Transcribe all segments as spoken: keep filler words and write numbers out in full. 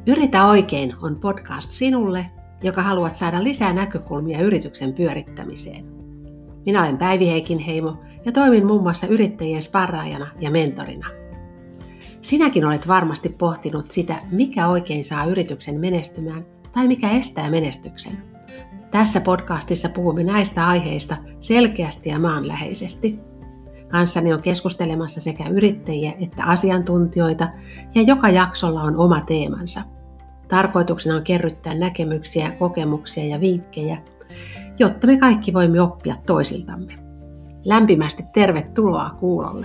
Yritä oikein on podcast sinulle, joka haluat saada lisää näkökulmia yrityksen pyörittämiseen. Minä olen Päivi Heikinheimo ja toimin muun muassa yrittäjien sparraajana ja mentorina. Sinäkin olet varmasti pohtinut sitä, mikä oikein saa yrityksen menestymään tai mikä estää menestyksen. Tässä podcastissa puhumme näistä aiheista selkeästi ja maanläheisesti. Kanssani on keskustelemassa sekä yrittäjiä että asiantuntijoita ja joka jaksolla on oma teemansa. Tarkoituksena on kerryttää näkemyksiä, kokemuksia ja vinkkejä, jotta me kaikki voimme oppia toisiltamme. Lämpimästi tervetuloa kuulolle!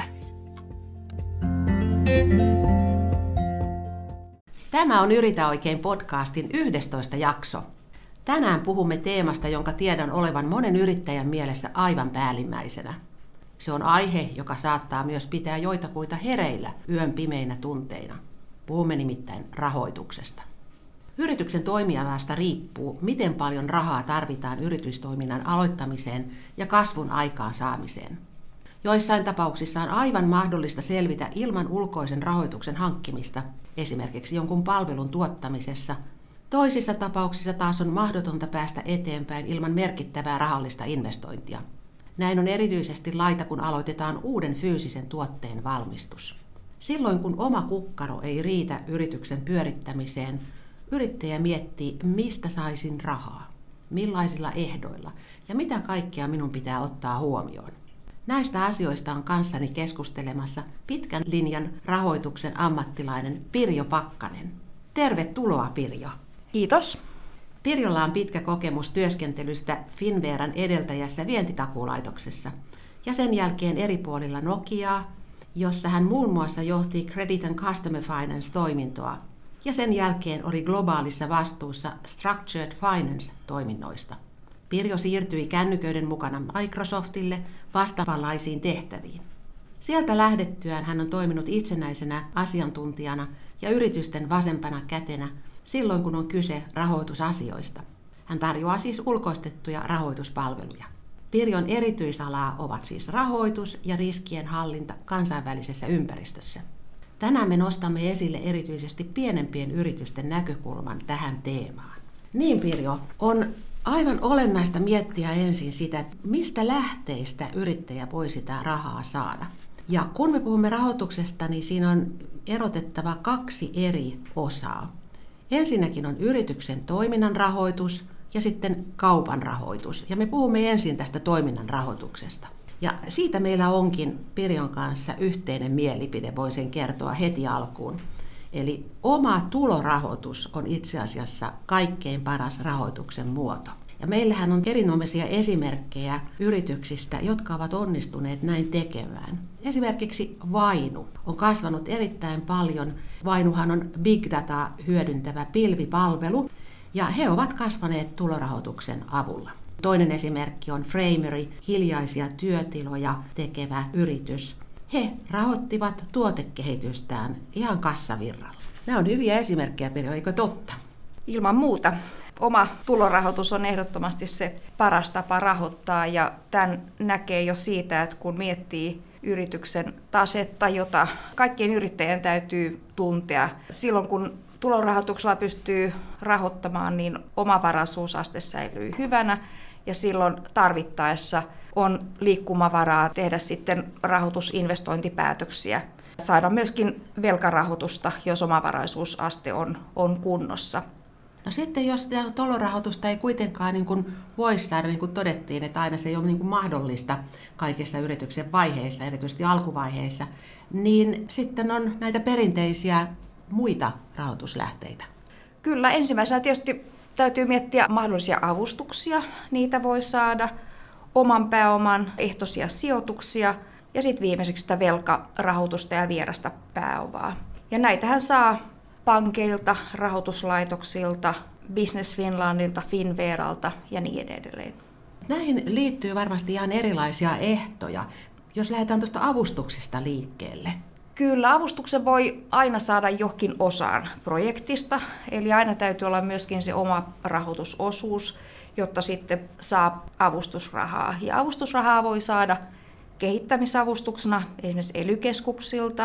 Tämä on Yritä oikein podcastin yhdestoista jakso. Tänään puhumme teemasta, jonka tiedän olevan monen yrittäjän mielessä aivan päällimmäisenä. Se on aihe, joka saattaa myös pitää joitakuita hereillä yön pimeinä tunteina. Puhumme nimittäin rahoituksesta. Yrityksen toimialasta riippuu, miten paljon rahaa tarvitaan yritystoiminnan aloittamiseen ja kasvun aikaansaamiseen. Joissain tapauksissa on aivan mahdollista selvitä ilman ulkoisen rahoituksen hankkimista, esimerkiksi jonkun palvelun tuottamisessa. Toisissa tapauksissa taas on mahdotonta päästä eteenpäin ilman merkittävää rahallista investointia. Näin on erityisesti laita, kun aloitetaan uuden fyysisen tuotteen valmistus. Silloin kun oma kukkaro ei riitä yrityksen pyörittämiseen, yrittäjä miettii, mistä saisin rahaa, millaisilla ehdoilla ja mitä kaikkea minun pitää ottaa huomioon. Näistä asioista on kanssani keskustelemassa pitkän linjan rahoituksen ammattilainen Pirjo Pakkanen. Tervetuloa, Pirjo. Kiitos. Pirjolla on pitkä kokemus työskentelystä Finnveran edeltäjässä Vientitakuulaitoksessa ja sen jälkeen eri puolilla Nokiaa, jossa hän muun muassa johti Credit and Customer Finance-toimintoa ja sen jälkeen oli globaalissa vastuussa Structured Finance-toiminnoista. Pirjo siirtyi kännyköiden mukana Microsoftille vastaavanlaisiin tehtäviin. Sieltä lähdettyään hän on toiminut itsenäisenä asiantuntijana ja yritysten vasempana kätenä silloin, kun on kyse rahoitusasioista. Hän tarjoaa siis ulkoistettuja rahoituspalveluja. Pirjon erityisalaa ovat siis rahoitus ja riskien hallinta kansainvälisessä ympäristössä. Tänään me nostamme esille erityisesti pienempien yritysten näkökulman tähän teemaan. Niin, Pirjo, on aivan olennaista miettiä ensin sitä, että mistä lähteistä yrittäjä voi sitä rahaa saada. Ja kun me puhumme rahoituksesta, niin siinä on erotettava kaksi eri osaa. Ensinnäkin on yrityksen toiminnan rahoitus ja sitten kaupan rahoitus. Ja me puhumme ensin tästä toiminnan rahoituksesta. Ja siitä meillä onkin Pirjon kanssa yhteinen mielipide, voin sen kertoa heti alkuun. Eli oma tulorahoitus on itse asiassa kaikkein paras rahoituksen muoto. Ja meillähän on erinomaisia esimerkkejä yrityksistä, jotka ovat onnistuneet näin tekemään. Esimerkiksi Vainu on kasvanut erittäin paljon. Vainuhan on big data hyödyntävä pilvipalvelu ja he ovat kasvaneet tulorahoituksen avulla. Toinen esimerkki on Framery, hiljaisia työtiloja tekevä yritys. He rahoittivat tuotekehitystään ihan kassavirralla. Nämä on hyviä esimerkkejä, Pirjo, eikö totta? Ilman muuta. Oma tulorahoitus on ehdottomasti se paras tapa rahoittaa ja tämän näkee jo siitä, että kun miettii yrityksen tasetta, jota kaikkien yrittäjien täytyy tuntea. Silloin kun tulorahoituksella pystyy rahoittamaan, niin omavaraisuusaste säilyy hyvänä ja silloin tarvittaessa on liikkumavaraa tehdä sitten rahoitusinvestointipäätöksiä. Saada myöskin velkarahoitusta, jos omavaraisuusaste on, on kunnossa. No sitten jos tulorahoitusta ei kuitenkaan niin kuin voi saada, niin kuin todettiin, että aina se ei ole niin kuin mahdollista kaikissa yrityksen vaiheissa, erityisesti alkuvaiheissa, niin sitten on näitä perinteisiä muita rahoituslähteitä. Kyllä, ensimmäisenä tietysti täytyy miettiä mahdollisia avustuksia, niitä voi saada, oman pääoman ehtoisia sijoituksia ja sitten viimeiseksi sitä velkarahoitusta ja vierasta pääomaa. Ja näitähän saa pankeilta, rahoituslaitoksilta, Business Finlandilta, Finnveralta ja niin edelleen. Näihin liittyy varmasti ihan erilaisia ehtoja, jos lähdetään tuosta avustuksesta liikkeelle. Kyllä, avustuksen voi aina saada johonkin osaan projektista, eli aina täytyy olla myöskin se oma rahoitusosuus, jotta sitten saa avustusrahaa. Ja avustusrahaa voi saada kehittämisavustuksena esimerkiksi E L Y-keskuksilta,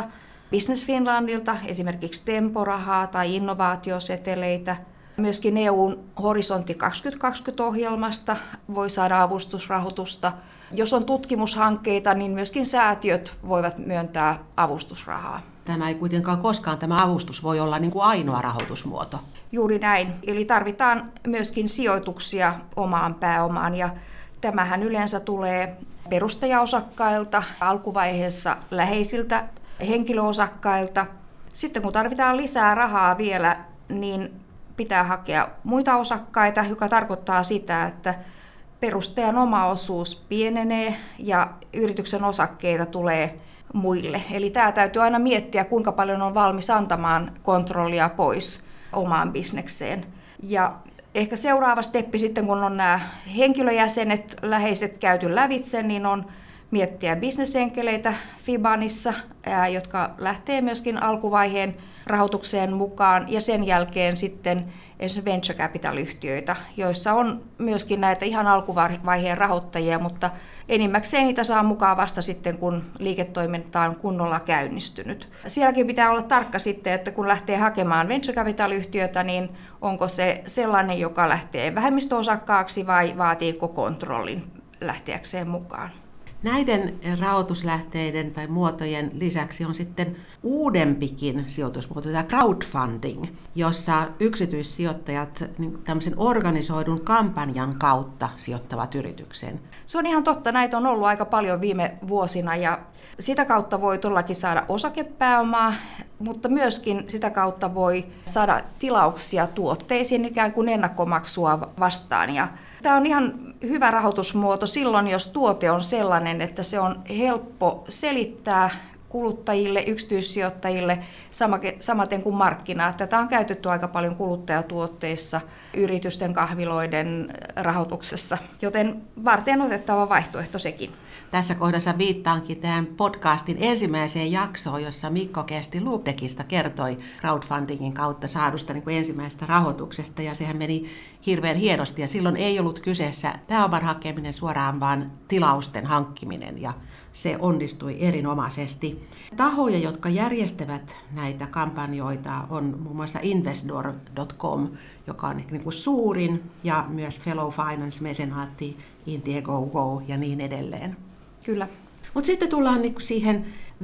Business Finlandilta, esimerkiksi temporahaa tai innovaatioseteleitä. Myöskin E U:n Horisontti kaksituhattakaksikymmentä-ohjelmasta voi saada avustusrahoitusta. Jos on tutkimushankkeita, niin myöskin säätiöt voivat myöntää avustusrahaa. Tämä ei kuitenkaan koskaan, tämä avustus voi olla niin kuin ainoa rahoitusmuoto. Juuri näin. Eli tarvitaan myöskin sijoituksia omaan pääomaan, ja tämähän yleensä tulee perustajaosakkailta, alkuvaiheessa läheisiltä henkilöosakkailta. Sitten kun tarvitaan lisää rahaa vielä, niin pitää hakea muita osakkaita, joka tarkoittaa sitä, että perustajan oma osuus pienenee ja yrityksen osakkeita tulee muille. Eli tämä täytyy aina miettiä, kuinka paljon on valmis antamaan kontrollia pois omaan bisnekseen. Ja ehkä seuraava steppi sitten, kun on nämä henkilöjäsenet, läheiset käyty lävitse, niin on miettiä bisnesenkeleitä Fibanissa, jotka lähtee myöskin alkuvaiheen rahoitukseen mukaan, ja sen jälkeen sitten esimerkiksi venture capital-yhtiöitä, joissa on myöskin näitä ihan alkuvaiheen rahoittajia, mutta enimmäkseen niitä saa mukaan vasta sitten, kun liiketoiminta on kunnolla käynnistynyt. Sielläkin pitää olla tarkka sitten, että kun lähtee hakemaan venture capital-yhtiötä, niin onko se sellainen, joka lähtee vähemmistöosakkaaksi vai vaatiiko kontrollin lähteäkseen mukaan. Näiden rahoituslähteiden tai muotojen lisäksi on sitten uudempikin sijoitusmuoto, tämä crowdfunding, jossa yksityissijoittajat niin tämmöisen organisoidun kampanjan kautta sijoittavat yritykseen. Se on ihan totta, näitä on ollut aika paljon viime vuosina, ja sitä kautta voi todellakin saada osakepääomaa, mutta myöskin sitä kautta voi saada tilauksia tuotteisiin ikään kuin ennakkomaksua vastaan. Ja tämä on ihan hyvä rahoitusmuoto silloin, jos tuote on sellainen, että se on helppo selittää kuluttajille, yksityissijoittajille, samaten kuin markkinaa. Tätä on käytetty aika paljon kuluttajatuotteissa, yritysten kahviloiden rahoituksessa, joten varten otettava vaihtoehto sekin. Tässä kohdassa viittaankin tähän podcastin ensimmäiseen jaksoon, jossa Mikko Kesti Loopdeckista kertoi crowdfundingin kautta saadusta niin kuin ensimmäisestä rahoituksesta, ja sehän meni hirveän hienosti, ja silloin ei ollut kyseessä pääoman hakeminen suoraan, vaan tilausten hankkiminen, ja se onnistui erinomaisesti. Tahoja, jotka järjestävät näitä kampanjoita, on muun muassa investor piste com, joka on niin kuin suurin, ja myös Fellow Finance, Mesenaatti, Indiegogo ja niin edelleen. Kyllä. Mutta sitten tullaan niin kuin siihen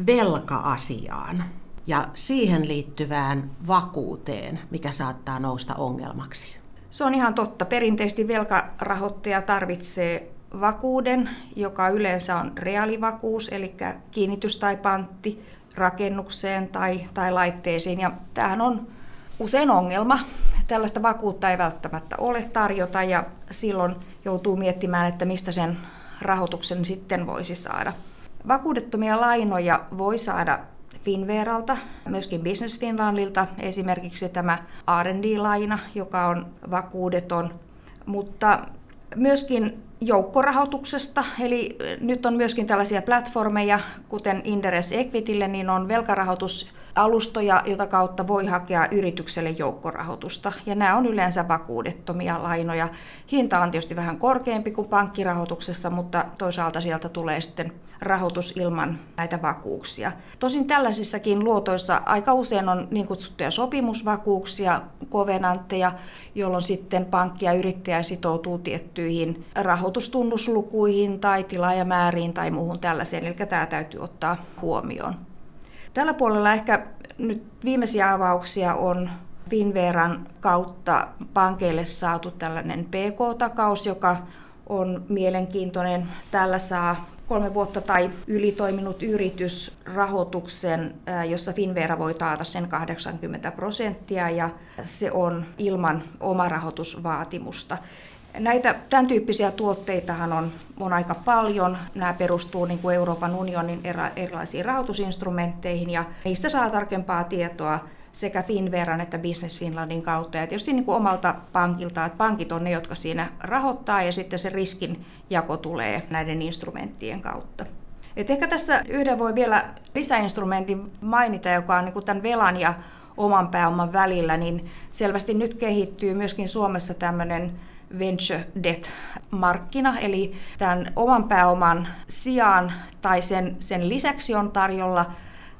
velka-asiaan ja siihen liittyvään vakuuteen, mikä saattaa nousta ongelmaksi. Se on ihan totta. Perinteisesti velkarahoittaja tarvitsee vakuuden, joka yleensä on reaalivakuus, eli kiinnitys tai pantti rakennukseen tai, tai laitteisiin. Ja tämähän on usein ongelma. Tällaista vakuutta ei välttämättä ole tarjota, ja silloin joutuu miettimään, että mistä sen rahoituksen sitten voisi saada. Vakuudettomia lainoja voi saada Finveralta, myöskin Business Finlandilta, esimerkiksi tämä R and D-laina, joka on vakuudeton, mutta myöskin joukkorahoituksesta, eli nyt on myöskin tällaisia platformeja, kuten Inderes Equitylle, niin on velkarahoitusalustoja, jota kautta voi hakea yritykselle joukkorahoitusta, ja nämä on yleensä vakuudettomia lainoja. Hinta on tietysti vähän korkeampi kuin pankkirahoituksessa, mutta toisaalta sieltä tulee sitten rahoitus ilman näitä vakuuksia. Tosin tällaisissakin luotoissa aika usein on niin kutsuttuja sopimusvakuuksia, kovenantteja, jolloin sitten pankki ja yrittäjä sitoutuu tiettyihin rahoitustunnuslukuihin tai tilaajamääriin tai muuhun tällaiseen, eli tämä täytyy ottaa huomioon. Tällä puolella ehkä nyt viimeisiä avauksia on Finveran kautta pankeille saatu tällainen P K-takaus, joka on mielenkiintoinen. Tällä saa kolme vuotta tai yli toiminut yritys rahoituksen, jossa Finvera voi taata sen kahdeksankymmentä prosenttia, ja se on ilman omarahoitusvaatimusta. Näitä tämän tyyppisiä tuotteitahan on, on aika paljon. Nämä perustuu niin kuin Euroopan unionin erilaisiin rahoitusinstrumentteihin, ja niistä saa tarkempaa tietoa sekä Finveran että Business Finlandin kautta, ja tietysti niin kuin omalta pankilta, että pankit on ne, jotka siinä rahoittaa, ja sitten se riskinjako tulee näiden instrumenttien kautta. Et ehkä tässä yhden voi vielä lisäinstrumentin mainita, joka on niin kuin tämän velan ja oman pääoman välillä, niin selvästi nyt kehittyy myöskin Suomessa tämmöinen venture debt-markkina, eli tämän oman pääoman sijaan tai sen, sen lisäksi on tarjolla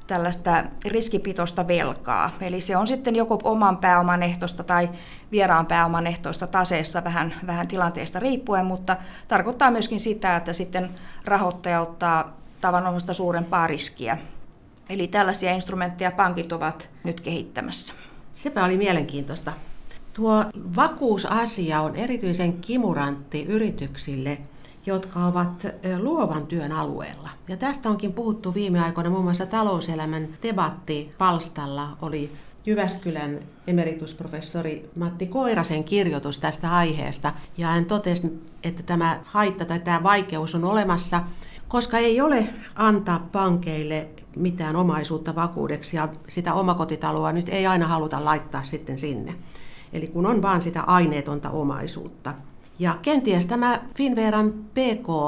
tällaista riskipitoista velkaa. Eli se on sitten joko oman pääoman ehtoista tai vieraan pääoman ehtoista taseessa vähän, vähän tilanteesta riippuen, mutta tarkoittaa myöskin sitä, että sitten rahoittaja ottaa tavanomaista suurempaa riskiä. Eli tällaisia instrumentteja pankit ovat nyt kehittämässä. Sepä oli mielenkiintoista. Tuo vakuusasia on erityisen kimurantti yrityksille, jotka ovat luovan työn alueella. Ja tästä onkin puhuttu viime aikoina, muun muassa Talouselämän debattipalstalla oli Jyväskylän emeritusprofessori Matti Koirasen kirjoitus tästä aiheesta. Ja hän totesi, että tämä haitta tai tämä vaikeus on olemassa, koska ei ole antaa pankeille mitään omaisuutta vakuudeksi ja sitä omakotitaloa nyt ei aina haluta laittaa sitten sinne. Eli kun on vaan sitä aineetonta omaisuutta. Ja kenties tämä Finnveran P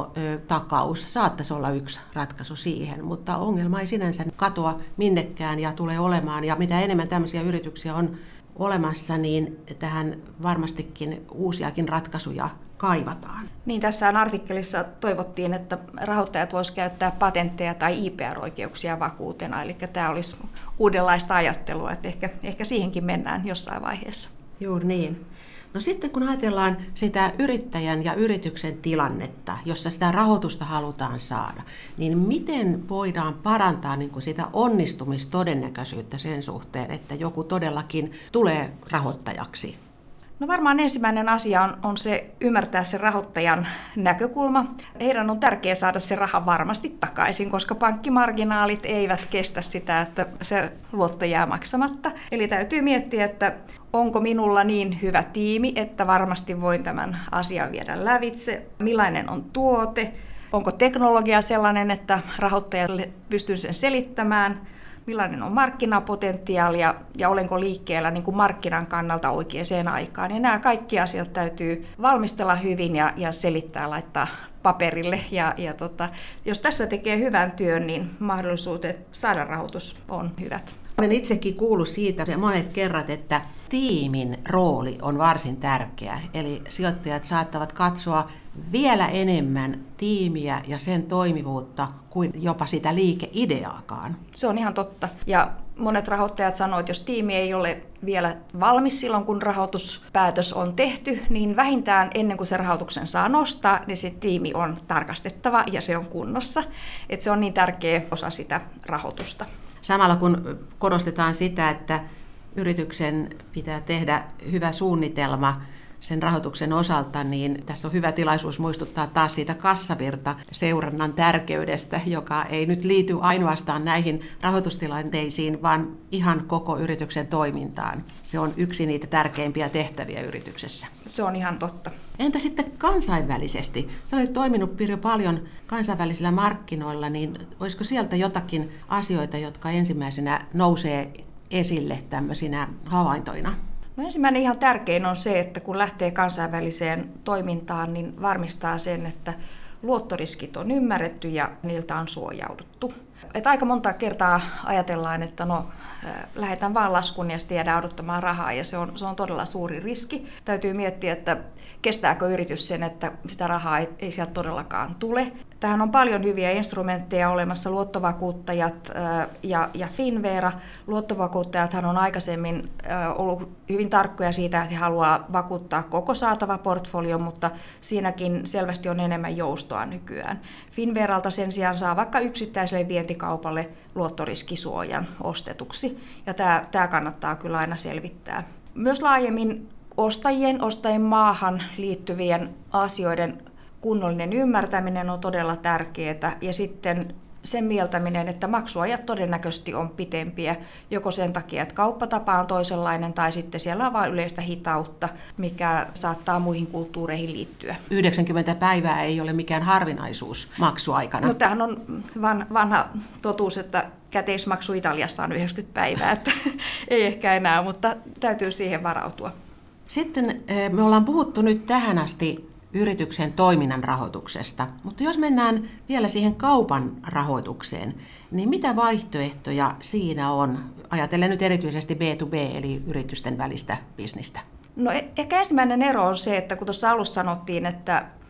K-takaus saattaisi olla yksi ratkaisu siihen, mutta ongelma ei sinänsä katoa minnekään ja tulee olemaan. Ja mitä enemmän tämmöisiä yrityksiä on olemassa, niin tähän varmastikin uusiakin ratkaisuja kaivataan. Niin, tässä artikkelissa toivottiin, että rahoittajat voisivat käyttää patentteja tai I P R-oikeuksia vakuutena, eli tämä olisi uudenlaista ajattelua, että ehkä, ehkä siihenkin mennään jossain vaiheessa. Juuri niin. No sitten kun ajatellaan sitä yrittäjän ja yrityksen tilannetta, jossa sitä rahoitusta halutaan saada, niin miten voidaan parantaa niin kuin sitä onnistumistodennäköisyyttä sen suhteen, että joku todellakin tulee rahoittajaksi? No varmaan ensimmäinen asia on, on se ymmärtää se rahoittajan näkökulma. Heidän on tärkeää saada se raha varmasti takaisin, koska pankkimarginaalit eivät kestä sitä, että se luotto jää maksamatta. Eli täytyy miettiä, että onko minulla niin hyvä tiimi, että varmasti voin tämän asian viedä lävitse. Millainen on tuote? Onko teknologia sellainen, että rahoittajalle pystyn sen selittämään? Millainen on markkinapotentiaali ja, ja olenko liikkeellä niin kuin markkinan kannalta oikeaan aikaan. Ja nämä kaikki asiat täytyy valmistella hyvin ja, ja selittää, laittaa paperille. Ja, ja tota, jos tässä tekee hyvän työn, niin mahdollisuudet saada rahoitus on hyvät. Olen itsekin kuullut siitä monet kerrat, että tiimin rooli on varsin tärkeä. Eli sijoittajat saattavat katsoa vielä enemmän tiimiä ja sen toimivuutta kuin jopa sitä liikeideaakaan. Se on ihan totta. Ja monet rahoittajat sanoo, että jos tiimi ei ole vielä valmis silloin, kun rahoituspäätös on tehty, niin vähintään ennen kuin se rahoituksen saa nostaa, niin se tiimi on tarkastettava ja se on kunnossa. Että se on niin tärkeä osa sitä rahoitusta. Samalla kun korostetaan sitä, että yrityksen pitää tehdä hyvä suunnitelma sen rahoituksen osalta, niin tässä on hyvä tilaisuus muistuttaa taas siitä kassavirta seurannan tärkeydestä, joka ei nyt liity ainoastaan näihin rahoitustilanteisiin, vaan ihan koko yrityksen toimintaan. Se on yksi niitä tärkeimpiä tehtäviä yrityksessä. Se on ihan totta. Entä sitten kansainvälisesti? Sä olet toiminut, Pirjo, paljon kansainvälisillä markkinoilla, niin olisiko sieltä jotakin asioita, jotka ensimmäisenä nousee esille tämmöisinä havaintoina? No ensimmäinen ihan tärkein on se, että kun lähtee kansainväliseen toimintaan, niin varmistaa sen, että luottoriskit on ymmärretty ja niiltä on suojauduttu. Et aika monta kertaa ajatellaan, että no, lähdetään vaan laskuun ja sitten jäädään odottamaan rahaa, ja se on, se on todella suuri riski. Täytyy miettiä, että kestääkö yritys sen, että sitä rahaa ei, ei sieltä todellakaan tule. Tähän on paljon hyviä instrumentteja olemassa, luottovakuuttajat ja, ja Finnvera. Luottovakuuttajathan on aikaisemmin ollut hyvin tarkkoja siitä, että he haluaa vakuuttaa koko saatava portfolio, mutta siinäkin selvästi on enemmän joustoa nykyään. Finnveralta sen sijaan saa vaikka yksittäiselle vientikaupalle luottoriskisuojan ostetuksi, ja tämä, tämä kannattaa kyllä aina selvittää. Myös laajemmin ostajien, ostajien maahan liittyvien asioiden kunnollinen ymmärtäminen on todella tärkeää, ja sitten sen mieltäminen, että maksuajat todennäköisesti on pitempiä, joko sen takia, että kauppatapa on toisenlainen, tai sitten siellä on vain yleistä hitautta, mikä saattaa muihin kulttuureihin liittyä. yhdeksänkymmentä päivää ei ole mikään harvinaisuus maksuaikana. No tämähän on vanha totuus, että käteismaksu Italiassa on yhdeksänkymmentä päivää, että ei ehkä enää, mutta täytyy siihen varautua. Sitten me ollaan puhuttu nyt tähän asti yrityksen toiminnan rahoituksesta, mutta jos mennään vielä siihen kaupan rahoitukseen, niin mitä vaihtoehtoja siinä on? Ajatellen nyt erityisesti B to B, eli yritysten välistä bisnistä. No ehkä ensimmäinen ero on se, että kun tuossa alussa sanottiin, että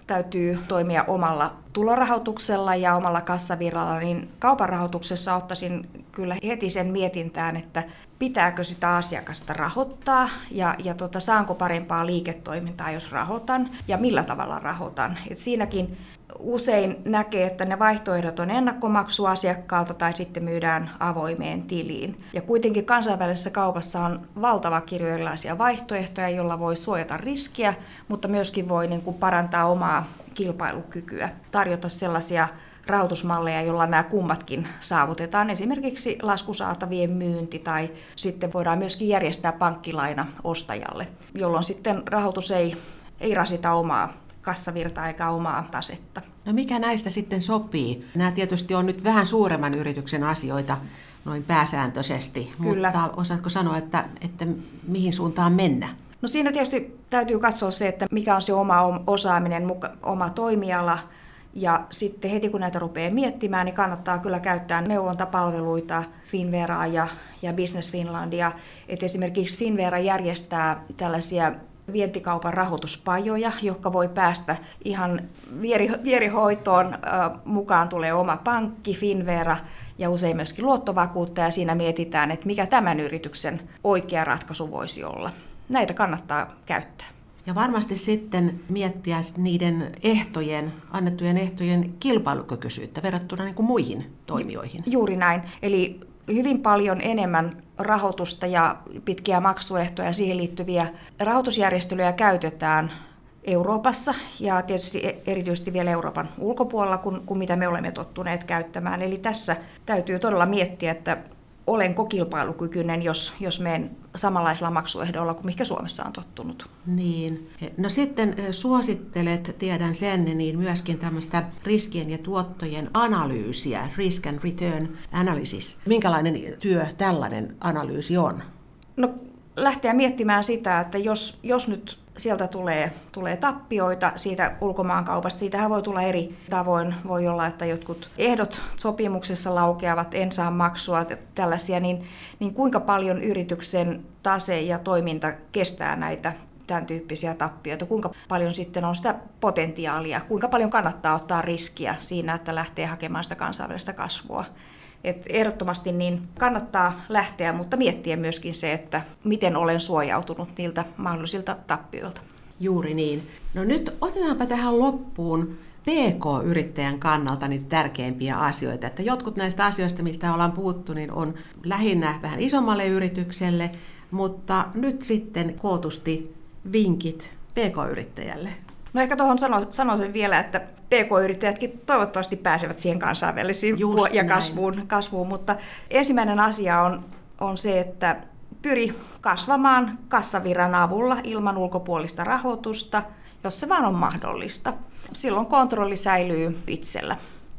täytyy toimia omalla tulorahoituksella ja omalla kassavirralla, niin kaupan rahoituksessa ottaisin kyllä heti sen mietintään, että pitääkö sitä asiakasta rahoittaa ja, ja tota, saanko parempaa liiketoimintaa, jos rahoitan ja millä tavalla rahoitan. Et siinäkin usein näkee, että ne vaihtoehdot on ennakkomaksu asiakkaalta tai sitten myydään avoimeen tiliin. Ja kuitenkin kansainvälisessä kaupassa on valtava kirjo erilaisia vaihtoehtoja, joilla voi suojata riskiä, mutta myöskin voi niin kuin parantaa omaa kilpailukykyä, tarjota sellaisia rahoitusmalleja, joilla nämä kummatkin saavutetaan, esimerkiksi laskusaatavien myynti tai sitten voidaan myöskin järjestää pankkilaina ostajalle, jolloin sitten rahoitus ei, ei rasita omaa kassavirtaa eikä omaa tasetta. No mikä näistä sitten sopii? Nämä tietysti on nyt vähän suuremman yrityksen asioita noin pääsääntöisesti, Kyllä. Mutta osaatko sanoa, että, että mihin suuntaan mennä? No siinä tietysti täytyy katsoa se, että mikä on se oma osaaminen, oma toimiala. Ja sitten heti kun näitä rupeaa miettimään, niin kannattaa kyllä käyttää neuvontapalveluita, Finnveraa ja, ja Business Finlandia. Et esimerkiksi Finnvera järjestää tällaisia vientikaupan rahoituspajoja, jotka voi päästä ihan vieri, vierihoitoon. Mukaan tulee oma pankki, Finnvera ja usein myöskin luottovakuuttaja. Ja siinä mietitään, että mikä tämän yrityksen oikea ratkaisu voisi olla. Näitä kannattaa käyttää. Ja varmasti sitten miettiä niiden ehtojen, annettujen ehtojen kilpailukykyisyyttä verrattuna niin kuin muihin toimijoihin. Juuri näin. Eli hyvin paljon enemmän rahoitusta ja pitkiä maksuehtoja ja siihen liittyviä rahoitusjärjestelyjä käytetään Euroopassa ja tietysti erityisesti vielä Euroopan ulkopuolella kuin, kuin mitä me olemme tottuneet käyttämään. Eli tässä täytyy todella miettiä, että olenko kilpailukykyinen, jos, jos menen samanlaisilla maksuehdoilla kuin mikä Suomessa on tottunut. Niin. No sitten suosittelet, tiedän sen, niin myöskin tämmöistä riskien ja tuottojen analyysiä, risk and return analysis. Minkälainen työ tällainen analyysi on? No lähteä miettimään sitä, että jos, jos nyt sieltä tulee, tulee tappioita siitä ulkomaankaupasta, siitähän voi tulla eri tavoin. Voi olla, että jotkut ehdot sopimuksessa laukeavat, en saa maksua, tällaisia, niin, niin kuinka paljon yrityksen tase ja toiminta kestää näitä tämän tyyppisiä tappioita, kuinka paljon sitten on sitä potentiaalia, kuinka paljon kannattaa ottaa riskiä siinä, että lähtee hakemaan sitä kansainvälistä kasvua. Et ehdottomasti niin kannattaa lähteä, mutta miettiä myöskin se, että miten olen suojautunut niiltä mahdollisilta tappioilta. Juuri niin. No nyt otetaanpa tähän loppuun P K-yrittäjän kannalta niitä tärkeimpiä asioita. Että jotkut näistä asioista, mistä ollaan puhuttu, niin on lähinnä vähän isommalle yritykselle, mutta nyt sitten kootusti vinkit P K-yrittäjälle. No ehkä tuohon sano, sanoisin vielä, että P K-yrittäjätkin toivottavasti pääsevät siihen kansainvälisiin Just ja kasvuun, kasvuun, mutta ensimmäinen asia on, on se, että pyri kasvamaan kassavirran avulla ilman ulkopuolista rahoitusta, jos se vaan on mahdollista. Silloin kontrolli säilyy itsellä.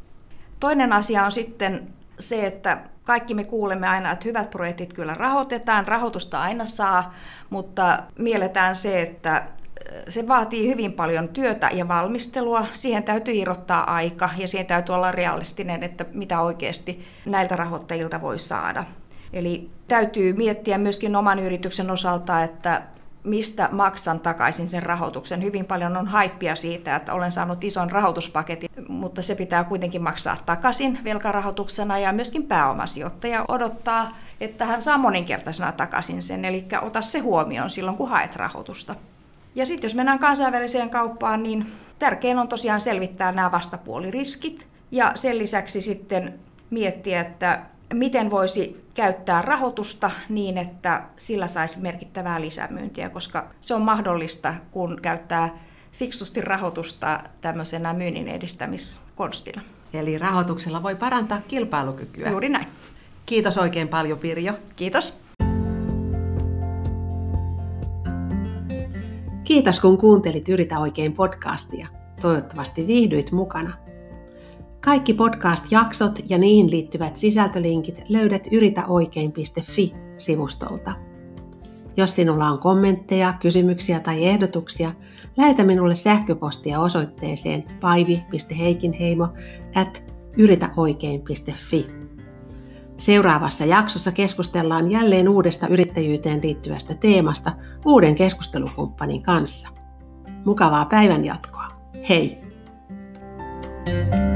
Toinen asia on sitten se, että kaikki me kuulemme aina, että hyvät projektit kyllä rahoitetaan, rahoitusta aina saa, mutta mielletään se, että se vaatii hyvin paljon työtä ja valmistelua. Siihen täytyy irrottaa aika ja siihen täytyy olla realistinen, että mitä oikeasti näiltä rahoittajilta voi saada. Eli täytyy miettiä myöskin oman yrityksen osalta, että mistä maksan takaisin sen rahoituksen. Hyvin paljon on haippia siitä, että olen saanut ison rahoituspaketin, mutta se pitää kuitenkin maksaa takaisin velkarahoituksena ja myöskin pääomasijoittaja odottaa, että hän saa moninkertaisena takaisin sen. Eli ota se huomioon silloin, kun haet rahoitusta. Ja sitten jos mennään kansainväliseen kauppaan, niin tärkein on tosiaan selvittää nämä vastapuoliriskit ja sen lisäksi sitten miettiä, että miten voisi käyttää rahoitusta niin, että sillä saisi merkittävää lisämyyntiä, koska se on mahdollista, kun käyttää fiksusti rahoitusta tämmöisenä myynnin edistämiskonstina. Eli rahoituksella voi parantaa kilpailukykyä. Juuri näin. Kiitos oikein paljon, Pirjo. Kiitos. Kiitos, kun kuuntelit Yritä oikein podcastia. Toivottavasti viihdyit mukana. Kaikki podcast-jaksot ja niihin liittyvät sisältölinkit löydät yritäoikein piste fi-sivustolta. Jos sinulla on kommentteja, kysymyksiä tai ehdotuksia, lähetä minulle sähköpostia osoitteeseen paivi piste heikinheimo ät yritäoikein piste fi. Seuraavassa jaksossa keskustellaan jälleen uudesta yrittäjyyteen liittyvästä teemasta uuden keskustelukumppanin kanssa. Mukavaa päivänjatkoa! Hei! thank you